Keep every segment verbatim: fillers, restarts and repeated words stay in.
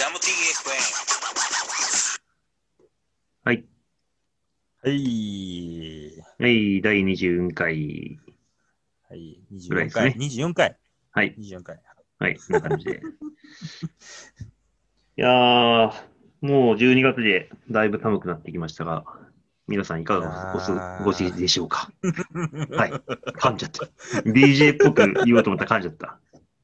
はい。 はい。 はい、だいにじゅうよんかいはい。 ぐらい 24回。 ですかね。 にじゅうよんかい。 はい。 にじゅうよんかい。 はい、こんな感じで。いやー、もうじゅうにがつでだいぶ寒くなってきましたが、皆さんいかいがお過ごしやでしょうか。はい。 ー。 噛んじゃった。ディージェー っぽく言おうと思ったら噛んじゃった。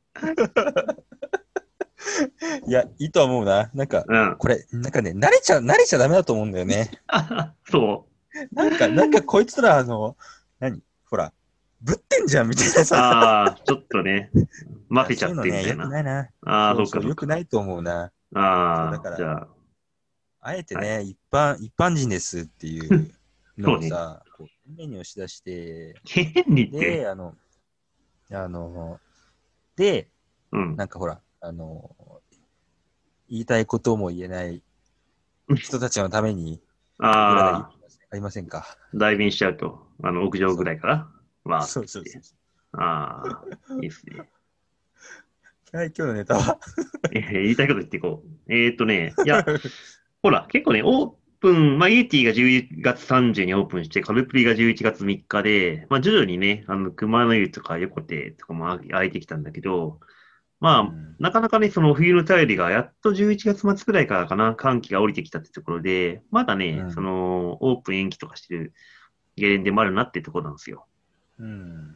いや、いいと思うな。なんか、 うん。 これ、なんかね、慣れちゃ、慣れちゃダメだと思うんだよね。 そなんか、なんかこいつら、あの、何ほら、ぶってんじゃんみたいなう。 さ。 あー、ちょっとね、 いや、 混ぜちゃってみそういうのね、よくたいな。 ないな。 あー、そそうそう、 っかそっか。 よくないと思うな。そう、だあー、じから、 ゃあ、 あえてはい。 ね、一般、一般人ですっていうそうね。 のをさ、こう、メニューをしだして、 変にって。 で、あの、あの、で、 うん。 なんかほら、あの、言いたいことも言えない人たちのために、僕らが言うあありませんか。 ー、代弁しちゃうと、あの、屋上ぐそう。 らいから、わーっそうそうそうて言って。ああ、いいっすね。 はい、今日のネタは。 えー言いたいこと言っていこう。えーっとね、いや、ほら、結構ね、オープン、まあ、イエティがじゅういちがつさんじゅうにオープンして、カルプリがじゅういちがつみっかで、まあ、徐々にね、あの、熊の湯とか横手とかもあ開いてきたんだけど、まあ、 うん。 なかなかね、その冬の便りがやっとじゅういちがつ末くらいからかな、寒気が降りてきたってところで、まだね、そうん。 の、オープン延期とかしてるゲレンデもあるなってところなんですよ。 うん。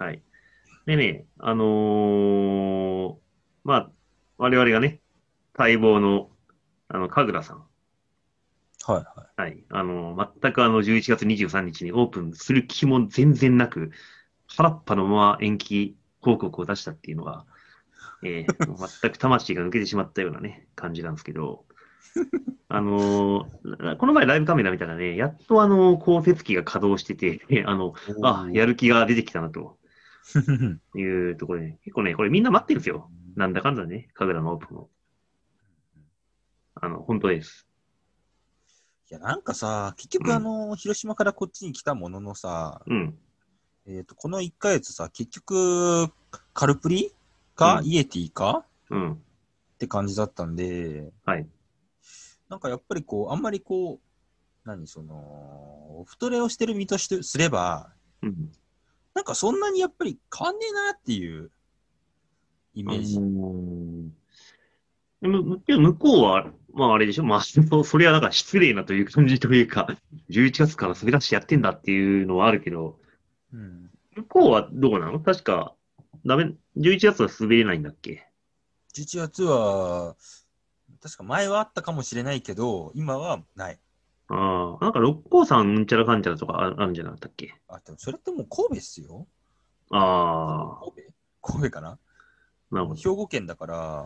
はい。でね、あのーまあ、我々がね、待望の、あの、神楽さん。 はいははい。あの、全くあの、じゅういちがつにじゅうさんにちにちにオープンする気も全然なく、原っぱのまま延期報告を出したっていうのが、えー全く魂が抜けてしまったようなね、感じなんですけど、あのーこの前ライブカメラ見たらね、やっとあの、降雪機が稼働してて、あの、 い。 あ、 おー。 やる気が出てきたなというところで、ね、結構ね、これみんな待ってるんですよ。なんだかんだね、神楽のオープンを。あの、本当です。 いや、なんかさ、結うん。 局あの、広島からこっちに来たもののさ、 うん。 えっと、このいっかげつさ、結局、カルプリかうん。 イエティかうん。 って感じだったんで、 はい。 なんかやっぱりこう、あんまりこう、何、その、オフトレをしてる身としてすれば、 うん。 なんかそんなにやっぱり変わんねえなっていうイあメージ。 のー、む、むけど向こうは、まああれでしょまあ、そそれはなんか失礼なという感じというか、じゅういちがつから飛び出してやってんだっていうのはあるけど、 うん。 向こうはどうなの確か、ダメ、じゅういちがつは滑れないんだっけ？ じゅういちがつは、確か前はあったかもしれないけど、今はない。 ああ、なんか六甲山うんちゃらかんちゃらとかああるんじゃなかったっけ？ あ、でもそれってもう神戸っすよ。神戸ああ、 神戸神戸かな。 なるほど。 もう兵庫県だから、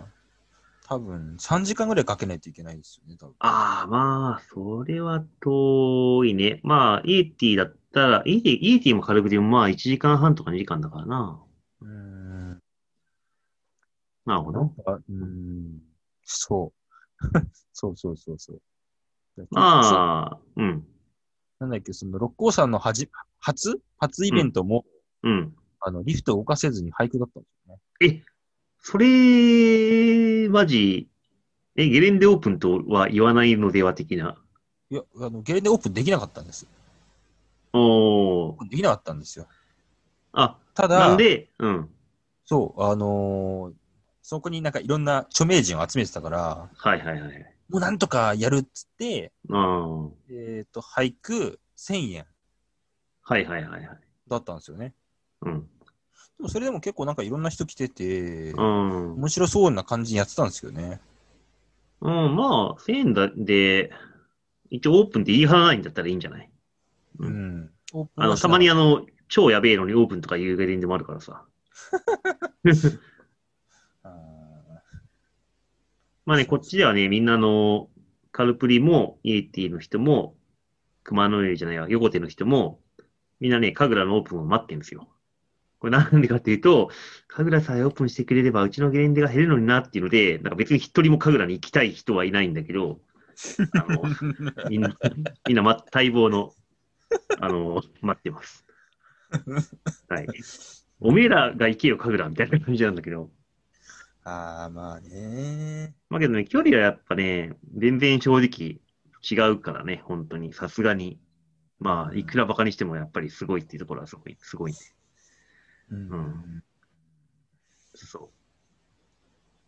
多分さんじかんぐらいかけないといけないですよね、多分。 ああ、まあ、それは遠いね。まあ、イエティだったら、イエティ、イエティも軽くてもまあいちじかんはんとかにじかんだからな。 うーん。 なるほど。 なんか、うーん。そう。そうそうそうそう。結局そ、 まあ、うん、 なんだっけ、その六甲山のはじ、初初イうん、 ベントも、 うん。 あの、リフトを動かせずに俳句だったんですよね。 え、それ、マジ、え、ゲレンデオープンとは言わないのでは的な。 いや、あの、ゲレンデオープンできなかったんです。 おー。 できなかったんですよ。 あ、 ただ、 なんで、うん。 そう、あのーそこになんかいろんな著名人を集めてたから、 はいはいはい。 もうなんとかやるっつって、 ああ、はえっと、俳句せんえんいはいはいはい。 だったんですよね。 うん。 でもそれでも結構なんかいろんな人来てうて、 ん。 面白そうな感じにやってたんですよね。 うん、まあ、せんえんだで、一応オープンって言い張らないんだったらいいんじゃない？うん。 うん。オープンあの、たまはしなかった。 にあの、超やべえのにオープンとかいうゲレンデもあるからさ。 あーまあね、こっそうそう。 ちではね、みんなあの、カルプリも、イエティの人も、熊の湯じゃないわ、横手の人も、みんなね、神楽のオープンを待ってるんですよ。これなんでかっていうと、神楽さえオープンしてくれれば、うちのゲレンデが減るのになっていうので、なんか別に一人も神楽に行きたい人はいないんだけど、あの、みんな、みんな、ま、待望の、あの、待ってます。はい。おめえうん。 らが行けよ、神楽みたいな感じなんだけど。 ああ、まあね。 まあけどね、距離はやっぱね、全然正直違うからね、本当に、さすがに。まあ、いくうん。 らバカにしてもやっぱりすごいっていうところはすごい、すごいね。 ううん。 ん。 そう。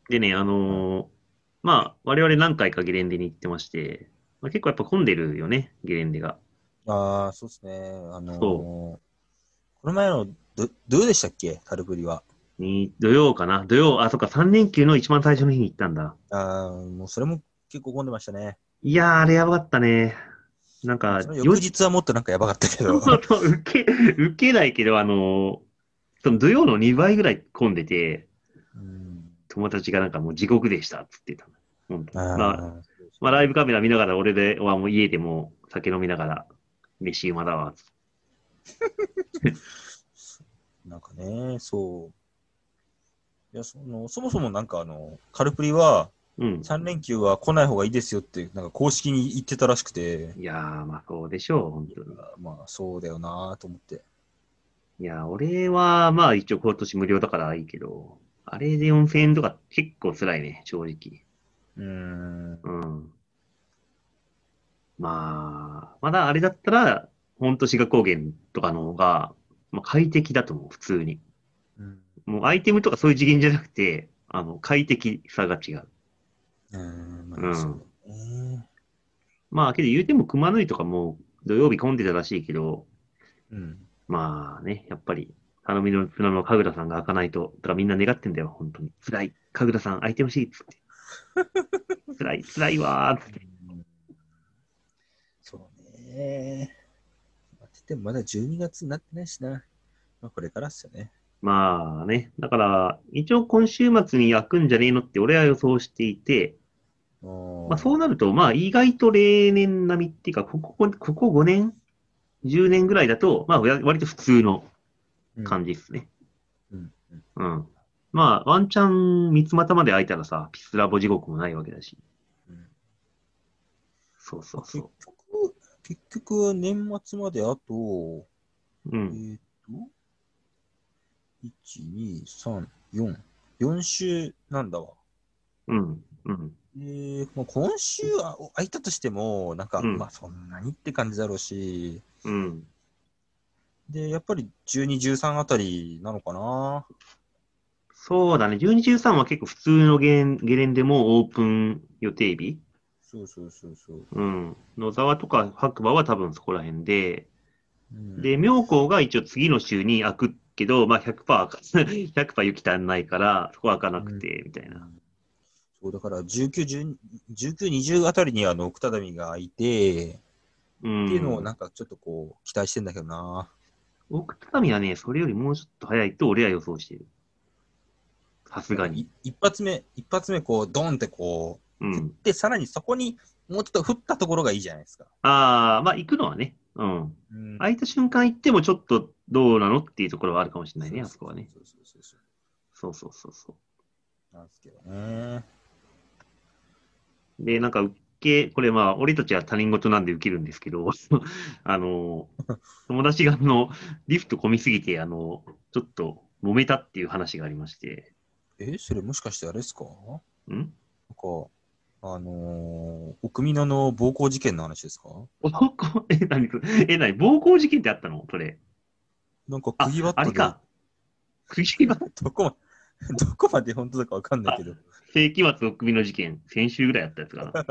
でね、ああのーまあ、我々何回かゲレンデに行ってまして、まあ、結構やっぱ混んでるよね、ゲレンデが。 あー、そうですね。あそのーこの前のど、どうでしたっけカルプリは。 う。に、土曜かな土曜、あ、そっか、さん連休の一番最初の日に行ったんだ。 あー、もうそれも結構混んでましたね。 いやー、あれやばかったね。なんか、 まあその翌よ、 日はもっとなんかやばかったけど。 そうそう、受け、受けないけど、あのーその土曜のにばいぐらい混んでて、 うん。 友達がなんかもう地獄でしたっつってた。本当に。まあ、 ああ、そうですまあ、ライブね。 カメラ見ながら、俺ではもう家でもう酒飲みながら、飯馬だわ、つって。 なんかね、そう。いや、その、そもそもなんかあの、カルプリはうん。 さん連休は来ない方がいいですよって、なんか公式に言ってたらしくて、 いやー、まあそうでしょう、本いや当に。 まあそうだよなと思って。 いや、俺は、まあ一応今年無料だからいいけど、あれでよんせんえんとか結構辛いね、正直。 うーん。 うん。まあ、まだあれだったら、ほんと志賀高原とかの方が、まあ、快適だと思う、普通に。 うん。 もうアイテムとかそういう次元じゃなくて、あの、快適さが違う。 うーん、まあそううん。 だね。 まあ、けど言うても熊野井とかも土曜日混んでたらしいけど、 うん。 まあね、やっぱり、頼みの綱の神楽さんが開かないと、とかみんな願ってんだよ、本当に。辛い。神楽さん開いてほしいっつって。辛い、辛いわーっつって。 うんそうね。まあ、て言ってもまだじゅうにがつになってないしな。まあこれからっすよね。 まあね、だから、一応今週末に開くんじゃねえのって俺は予想していて、まあそうなおると、まあ意外と例年並みっていうか、ここ、ここごねん ?じゅう 年ぐらいだと、まあ割と普通のうん。 感じですね。 うん。うん。 うん。まあ、ワンチャン三つ股まで開いたらさ、ピスラボ地獄もないわけだし。 うんそうそまあ、結うそ局、結局、年末まであと、 う。うん。 えーっと、いち、に、さん、よん、よん週なんだわ。 うん。うん。 で、もう今週は空いたとしても、なんか、まうん。 あそんなにって感じだろうし、 うん。 で、やっぱりじゅうに、じゅうさんあたりなのかな。 そうだね。じゅうに、じゅうさんは結構普通のゲンゲレンデもオープン予定日。 そうそうそうそう。 うん。野沢とか白馬は多分そこら辺で、 うで、 ん。 妙高が一応次の週に開くけど、まあひゃくパーセント、ひゃくパーセント雪足んないから、そこは開かなうん。 くて、みたいな。 そう、だからじゅうきゅう、じゅう、じゅうきゅう、にじゅうあたりにあの、奥只見が空いて、 うっていうのをん。 なんかちょっとこう、期待してんだけどな。 奥只見はね、それよりもうちょっと早いと俺は予想している。さすがに。 なんかい一発目、一発目こう、ドンってこう、振っうん。 て、さらにそこにもうちょっと振ったところがいいじゃないですか。 ああ、まあ行くのはね。うん。 うん。 開いた瞬間行ってもちょっとどうなのっていうところはあるかもしれないね、 そうそうあそこはね。 そうそうそうそう。 そうそうそうそなんですけどね。 う。で、なんか受け、これまあ、俺たちは他人事なんで受けるんですけど、あの、友達があの、リフト混みすぎて、あの、ちょっと揉めたっていう話がありまして、 え、それもしかしてあれですかなんんか、あのー、奥美濃の暴行事件の話ですか暴行、え、何それえ、何暴行事件ってあったのそれ。 なんか釘あ、 バットで、 あれか。釘は、 どこま、どこまで本当だかわかんないあ、 けど。い世紀末の首の事件、先週ぐらいやったやつかな。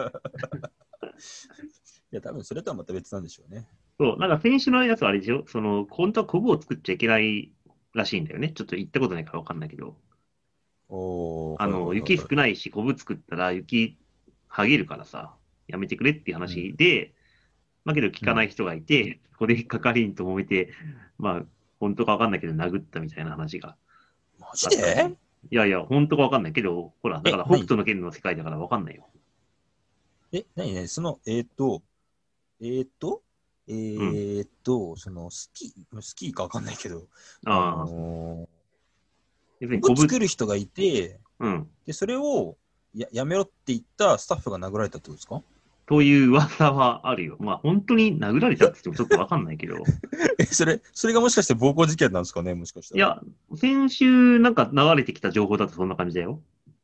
や、多分それとはまた別なんでしょうね。 そう、なんか先週のやつはあれでしょその、本当はコブを作っちゃいけないらしいんだよね。ちょっと行ったことないからわかんないけど。 おー、はいはあの、雪いはいはい。 少ないし、コブ作ったら雪剥げるからさ、やめてくれっていううん。 話で、まあけど聞うん。 かない人がいて、ここで係員と揉めて、まあ、本当かわかんないけど殴ったみたいな話がマジあったらしい。 でいやいや、本当かわかんないけど、ほら、だかえ、 ら北何斗の拳の世界だからわかんないよ。 え、何ね、その、えーっと、えーっと、えうん。 ーっと、その、スキー、スキーかわかんないけど、あああ、 のー、 別にコブ、 コブ作る人がいて、 うん。 で、それをややめろって言ったスタッフが殴られたってことですかという噂はあるよ。まあ、本当に殴られたって言ってもちょっとわかんないけど、 え、それ、それがもしかして暴行事件なんですかねもしかしたら。 いや、先週なんか流れてきた情報だとそんな感じだよ。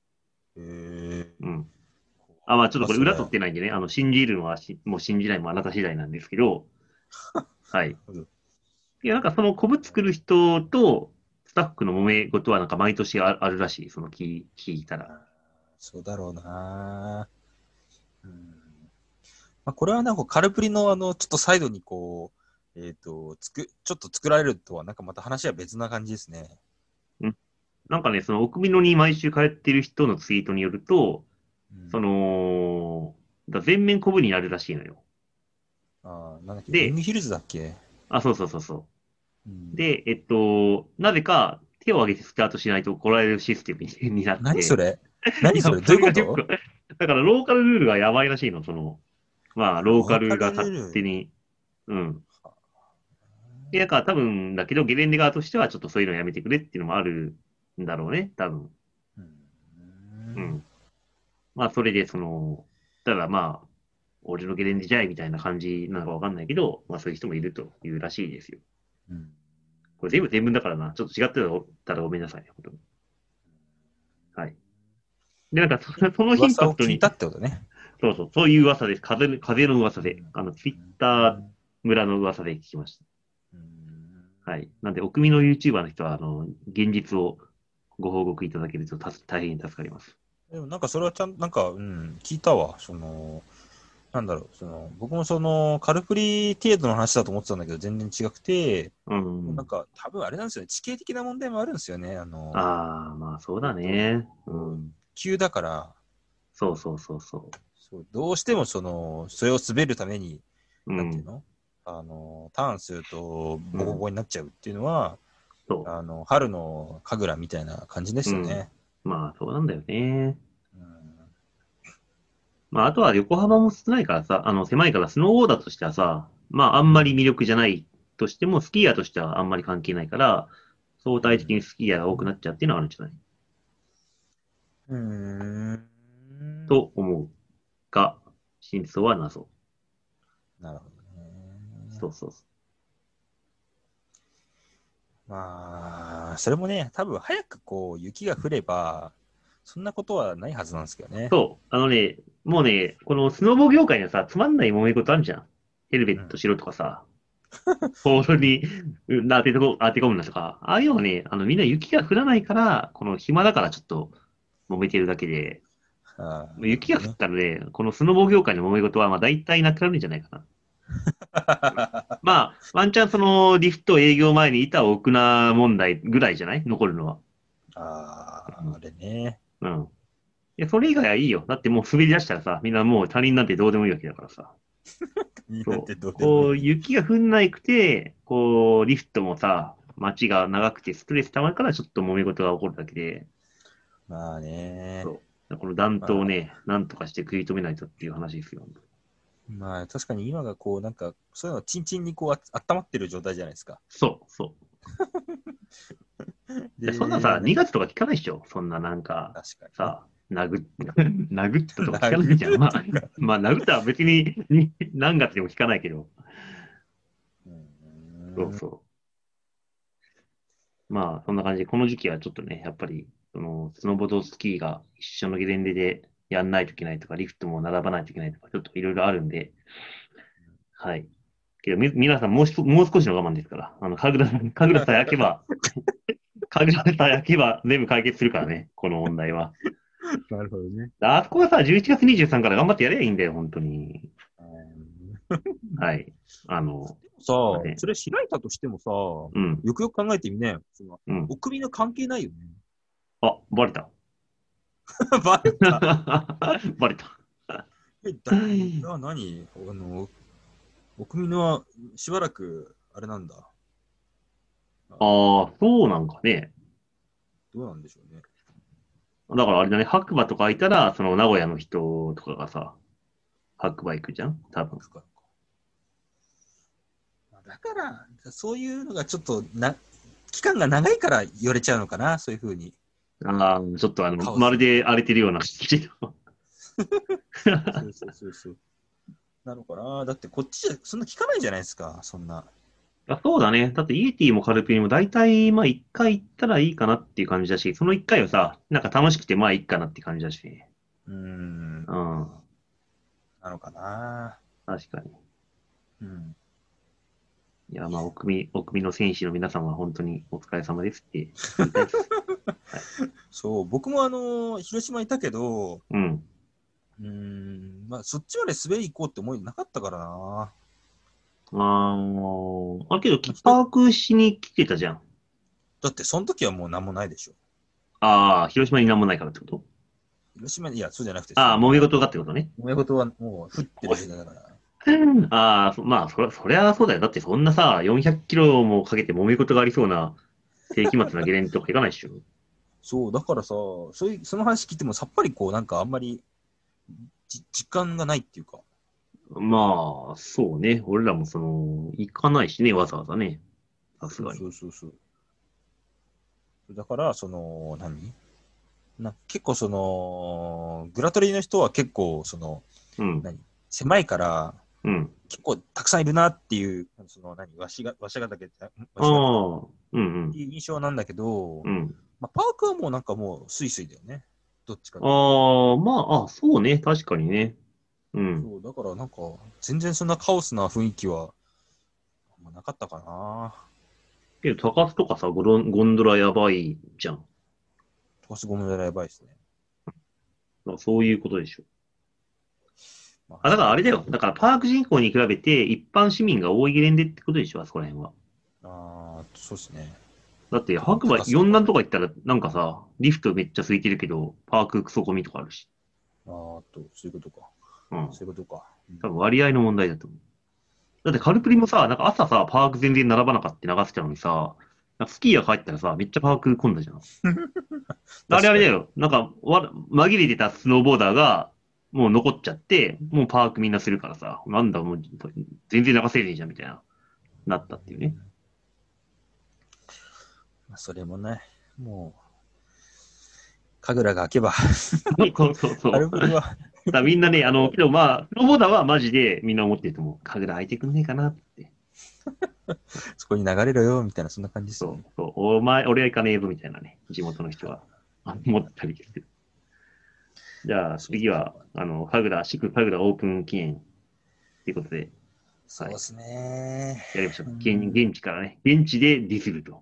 へうん。あ、まあちょっとこれ裏取まあそれ、 ってないんでね、あの、信じるのはし、もう信じないもあなた次第なんですけど、はい。 なるいや、なんかその昆布作る人とスタッフの揉め事はなんか毎年ああるらしい、その聞聞いたら。 ほど。そうだろうな。うん。まあ、これはなんかカルプリのあの、ちょっとサイドにこう、えっ、と、つく、ちょっと作られるとは、なんかまた話は別な感じですね。 うん。なんかね、その奥美濃に毎週通ってる人のツイートによると、そうん。 の、だ全面昆布になるらしいのよ。 ああ、なんだっけ、ロンで、 グヒルズだっけ。 あ、そうそうそうそう。 うん。 で、えっと、なぜか手を挙げてスタートしないと来られるシステムにになって、 何それ何それどうそいうこと？ れがよく、だからローカルルールがやばいらしいの、その、まあ、ローカローカルが勝ルルール。 手に、うん。で、だから多分だけど、ゲレンデ側としてはちょっとそういうのやめてくれっていうのもあるんだろうね、多分。 ううん。 ん。まあ、それで、その、ただまあ、俺のゲレンデじゃいみたいな感じなのかわかんないけど、まあそういう人もいるというらしいですよ。 うん。 これ全部全文だからな。ちょっと違ってたらごめんなさいね、本当に。はい。で、なんかそ、そのイン噂パクトに、 を聞いたってことね。 そうそう、そういう噂です。風の、風の噂で、 うん。 あの、ツイッター村の噂で聞きましうん。 た。はい。なんで、奥見の YouTuber の人は、あの、現実をご報告いただけるとたす大変助かります。 でもなんかそれはちゃんと、なんか、うん、聞いたわ。その、なんだろう、その、僕もその、カルプリ程度の話だと思ってたんだけど、全然違くて、 うん。 なんか、多分あれなんですよね、地形的な問題もあるんですよね。あの、 ああ、まあそうだえっと、 ね。うん。 急だから、 そうそうそうそそうどうしてもその、それを滑るために、 う。うん。 なんていうのあの、ターンするとボコボうん。 コになっちゃうっていうのは、 そあの、春の神楽みたいな感じでう。うん。 すよね。 まあそうなんだよね。 うん、 まああとは横浜も少ないからさ、あの狭いからスノーボーダーとしてはさ、まああんうん、 まり魅力じゃないとしても、スキーヤーとしてはあんまり関係ないから、相対的にスキーヤーが多くなっちゃうっていうのはあるんじゃないうん。うーん。 と思うが、真相は謎。 なるほどね。 そうそうそまあ、それもね、多分早くこう、雪が降れば、そんなことはないはずなんですけどう。 ね。 そう。あのね、もうね、このスノボ業界にはさ、つまんない揉め事あるじゃん。ヘルメうん。 ットしろとかさ、ポールにうん当ててこ、当て込むなとか、ああいうのはね、あのみんな雪が降らないから、この暇だからちょっと揉めてるだけで、 ああ、なるほ雪が降っどね。 たらね、このスノボ業界の揉め事はまあ大体なくなるんじゃないかな。まあ、ワンチャンそのリフト営業前に板を置くな問題ぐらいじゃない残るのは。 ああ、 うん。 あれね。 うん。いや、それ以外はいいよ。だってもう滑り出したらさ、みんなもう他人なんてどうでもいいわけだからさ。 になんそう。 てどうでもこう、 いい。 雪が降んないくて、こう、リフトもさ、街が長くてストレス溜まるからちょっと揉め事が起こるだけで、 まあね。 そう。この暖冬をまあ、 ね、なんとかして食い止めないとっていう話ですよ。 まあ、確かに今がこう、なんか、そういうのチンチンにこう、あ温まってる状態じゃないですか。 そう、そう。で、そんなで、 さ、 なんか、 にがつとか聞かないでしょそんななんか、 確かにね。 さ、殴っ、殴ったとか聞かないじゃん。 殴っまあ、 たとか。 まあ、殴ったは別にに何月でも聞かないけど。 うそうーん。 そう。まあ、そんな感じで、この時期はちょっとね、やっぱり、その、スノボとスキーが一緒のゲレンデでやんないといけないとか、リフトも並ばないといけないとか、ちょっといろいろあるんで、はい。けど、み、皆さんもうし、もう少しの我慢ですから、あの、神楽、神楽さえ開けば、神楽さえ開けば全部解決するからね、この問題は。 なるほどね。 あそこがさ、じゅういちがつにじゅうさんから頑張ってやればいいんだよ、本当に。はい。あの、 さあ、 すいません。 それ開いたとしてもさ、 うん、 よくよく考えてみね。その、 うん。 お首の関係ないよね。 あ、バレた。 バレた。 バレた。 え、だ、じゃあ何あの、お首のはしばらく、あれなんだ。あのああ、そうなんかね。 どうなんでしょうね。 だからあれだね、白馬とかいたら、その名古屋の人とかがさ、白馬行くじゃん多分。 かかだから、そういうのがちょっとな、期間が長いから言われちゃうのかな、そういうふうに。 ああ、ちょっとあの、 カオスに。 まるで荒れてるような土の。 そうそうそうそう。なのかな。だってこっちじゃそんな聞かないじゃないですか、そんな。 あ、そうだね。だってイエティもカルピリも大体、まあ一回行ったらいいかなっていう感じだし、その一回はさ、なんか楽しくてまあいいかなって感じだしね。 うーん、 うん。 なのかな。 確かに。 うん。 いや、まあ、お組、お組の選手の皆さんは本当にお疲れ様ですって言いたいです。はい。 そう、僕もあのー広島いたけど、 うん。 うーん、まあ、そっちまで滑り行こうって思いなかったからな。 あー、あ、けど、 まあ、ひろパークしに来てたじゃん。 だってその時はもう何もないでしょ。 ああ、広島になんもないからってこと？ 広島に、いや、そうじゃなくて、 ああ、 その、 揉め事がってことね。 揉め事はもう降ってる時代だから。 ああ、そまあ、そりゃ、そりゃそうだよ。だってそんなさ、よんひゃくキロもかけて揉め事がありそうな世紀末なゲレンデとか行かないでしょ。 そう、だからさ、そういう、その話聞いてもさっぱりこう、なんかあんまりじ実感がないっていうか。 まあ、そうね。俺らもその、行かないしね、わざわざね。さすそうがに。 そうそうそう。だから、その、何な結構その、グラトリーの人は結構、その、 うん。 何狭いから、 うん。 結構たくさんいるなっていう、その何、わしが、わしが岳って、んわあしが岳か。っあ、うんうん。 ていう印象なんだけど、 うん。 まあ、パークはもうなんかもうスイスイだよね。どっちかっていうと。 ああ、まあ、あ、そうね。確かにね。うん。 そう、だからなんか、全然そんなカオスな雰囲気は、あんまなかったかな。 けど、高須とかさ、ゴロン、ゴンドラやばいじゃん。 少しごめんなさい、やばいですね。 まあそういうことでしょ。 まあ、 あ、だからあれだよ。 そうね。 だからパーク人口に比べて一般市民が多いゲレンデってことでしょ、あそこら辺は。 ああ、そうですね。 だって、 特に白馬高須とか。 よん段とか行ったら、なんかさ、リフトめっちゃ空いてるけど、パーククソゴミとかあるし。 あーっと、そういうことか。 うん。 そういうことか。うん、 多分割合の問題だと思う。だってカルプリもさ、なんか朝さ、パーク全然並ばなかった流してたのにさ、なんかスキーヤー帰ったらさ、めっちゃパーク混んだじゃん。あれ確かに。 あれだよ。なんか、わ、紛れてたスノーボーダーが、もう残っちゃって、もうパークみんなするからさ、なんだ、もう、全然流せねえじゃん、みたいな、なったっていうね。 まあ、それもね、もう、神楽が開けば、 そうそうそう。 アルプリは、 だからみんなね、あの、けどまあ、スノーボーダーはマジでみんな思ってると思う。神楽開いてくんねえかなって。 そこに流れろよ、みたいな、そんな感じですよね。 そう、そう、お前、俺は行かねえぞ、みたいなね、地元の人はあ思ったりしてる。じゃあ、 そう次は、あの、神楽、祝神楽オープン記念っていうことで、はい、 そうですね。 やりましょう。現、 うん。 現地からね、現地でディスると。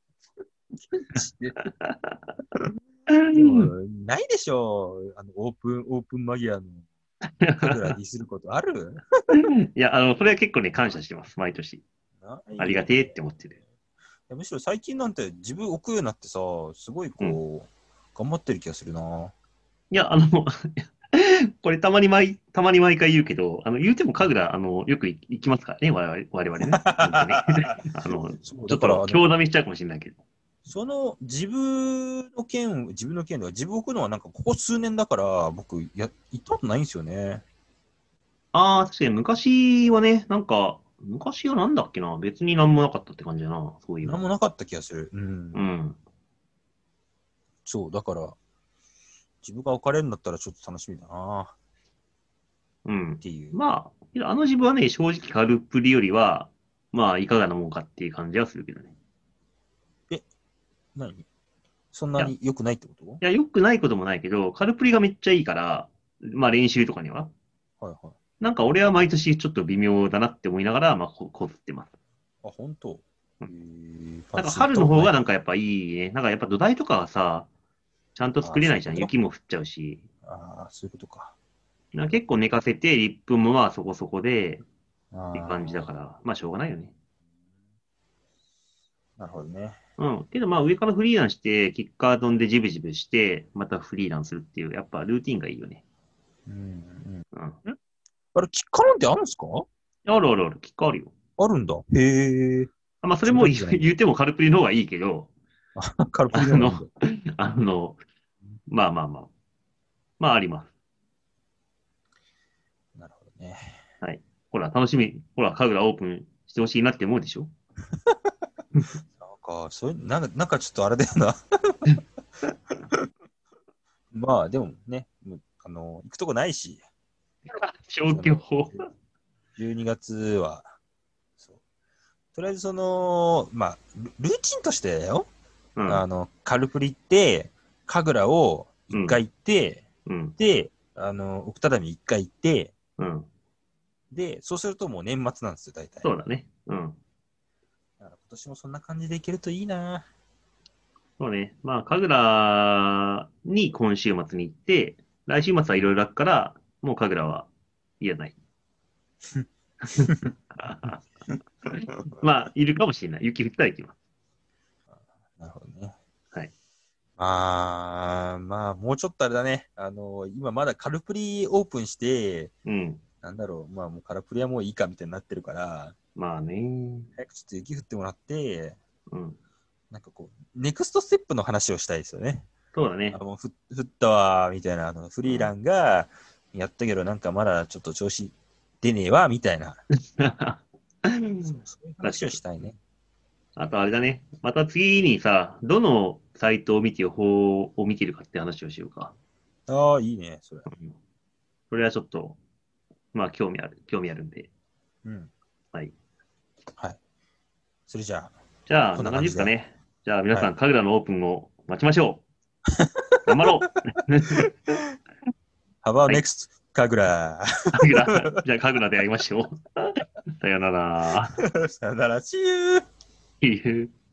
でも、ないでしょう。あの、オープン、オープン間際の神楽ディスることある？ いや、あの、それは結構ね、感謝してます、毎年。 ないよね。 ありがてえって思ってる。 いやむしろ最近なんて自分置くようになってさ、すごいうん。 こう、頑張ってる気がするな。 いや、あの、これたまに毎、たまに毎回言うけど、あの、言うてもうん。 神楽、あの、よく行行きますからね、我々、我々ね。本当に。あの、 そう、 ちょっと、 だから、あの、 興ざめしちゃうかもしれないけど。 その自分の件、自分の件では自分置くのはなんかここ数年だから僕や、行ったことないんですよね。 ああ、確かに昔はね、なんか、昔はなんだっけな、別になんもなかったって感じだな、そういえば。 なんもなかった気がする。うん。 うん。 そう、だから自分が置かれるんだったらちょっと楽しみだなっうん。 ていう。 まあ、けどあの自分はね、正直カルプリよりは、まあ、いかがなもんかっていう感じはするけどね。 え、何そんいや、いなに良くないってこと？ や、良くないこともないけど、カルプリがめっちゃいいから、まあ練習とかには。 はいはい。 なんか俺は毎年ちょっと微妙だなって思いながら、まあ、こ、こすってます。 あ、本当。 うん。 えー、まなんかだ行っ春の方たことない。 がなんかやっぱいいね。なんかやっぱ土台とかはさ、ちゃんとああ、 作れないじゃん。 そういうこと。 雪も降っちゃうし。 ああ、そういうことか。 なんか結構寝かせて、リップもまあそこそこでっていう感じだかあら、まあしょうがないよね。 あ、なるほどね。 うん。けどまあ上からフリーランして、キッカー飛んでジブジブして、またフリーランするっていう、やっぱルーティンがいいよね。 うん、 うん。 うん。んあれ、キッカーなんてあるんですか？ あるあるある、キッカーあるよ。 あるんだ。へえ。 あまあそれそれも言うだけじゃないんだ。 言うてもカルプリの方がいいけど、 あ、カルプリあの、 の方がいいんだ。 あの、まあまあまあ、まああります。 なるほどね。 はい。ほら、楽しみ。ほら、神楽オープンしてほしいなって思うでしょ？ なんか、そういう、なんか、なんかちょっとあれだよな。まあ、でもね、もうあの、行くとこないし、 消その、 去法。 じゅうにがつは、そう。 とりあえずその、まあ、ルルーチンとしてだよ。 うん。 あの、カルプリ行って、神楽を一回行って、 うん。 で、あの、奥只見一回行って、 うん。 で、そうするともう年末なんですよ、大体。 そうだね。うん。 だから今年もそんな感じでいけるといいな。 そうね。まあ、神楽に今週末に行って、来週末はいろいろあるから、もう神楽はいらない。まあ、いるかもしれない。雪降ったら行きます。 なるほどね。 はい。 あー、まあ、もうちょっとあれだね。あの、今まだカルプリオープンして、 うん。 なんだろう、まあもうカルプリはもういいかみたいになってるから、 まあね。 早くちょっと雪降ってもらって、 うん。 なんかこう、ネクストステップの話をしたいですよね。 そうだね。 あもうふ降ったわ、みたいな、あのフリーランがやったけど、なんかまだちょっと調子出ねえわ、みたいな。そうそういう話を確かに。 したいね。 あとあれだね。また次にさ、どのサイトを見て予報を見てるかって話をしようか。 ああ、いいね、それ。 うん。それはちょっと、まあ興味ある、興味あるんで。 うん。 はい。 はい。それじゃあ、 じゃあ、こんな感じでこんな感じで。 すかね。じゃあ皆さん、 はい。 神楽のオープンを待ちましょう。頑張ろう。 Have a はい。 next 神楽。 神楽、じゃあ神楽で会いましょう。さよなら。 さよなら、See you!